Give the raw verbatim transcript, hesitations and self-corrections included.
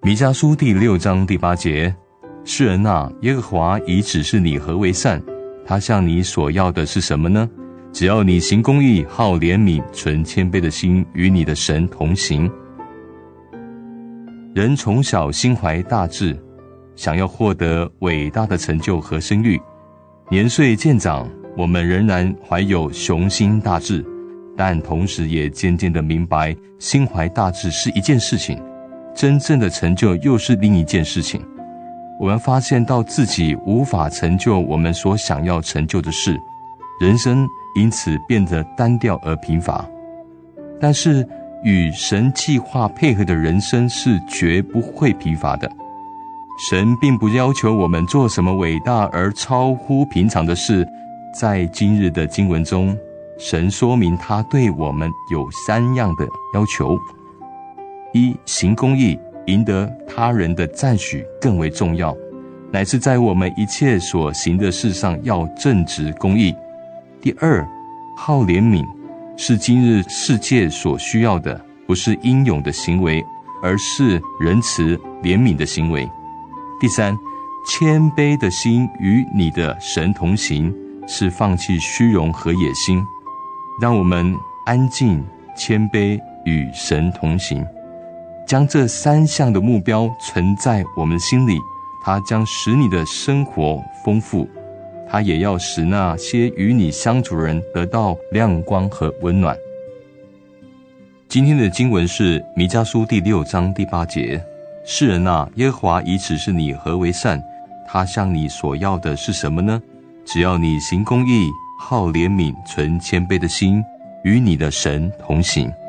弥迦书第六章第八节，世人啊，耶和华已指示你何为善，他向你所要的是什么呢？只要你行公义，好怜悯，存谦卑的心，与你的神同行。人从小心怀大志，想要获得伟大的成就和声誉，年岁渐长，我们仍然怀有雄心大志，但同时也渐渐地明白，心怀大志是一件事情，真正的成就又是另一件事情。我们发现到自己无法成就我们所想要成就的事，人生因此变得单调而贫乏。但是与神计划配合的人生是绝不会疲乏的。神并不要求我们做什么伟大而超乎平常的事。在今日的经文中，神说明他对我们有三样的要求：一、行公义，赢得他人的赞许更为重要，乃是在我们一切所行的事上要正直公义。第二，好怜悯，是今日世界所需要的，不是英勇的行为，而是仁慈怜悯的行为。第三，谦卑的心，与你的神同行，是放弃虚荣和野心。让我们安静谦卑，与神同行，将这三项的目标存在我们心里，它将使你的生活丰富，它也要使那些与你相处的人得到亮光和温暖。今天的经文是弥迦书第六章第八节，世人啊，耶和华已指示你何为善，他向你所要的是什么呢？只要你行公义，好怜悯，存谦卑的心，与你的神同行。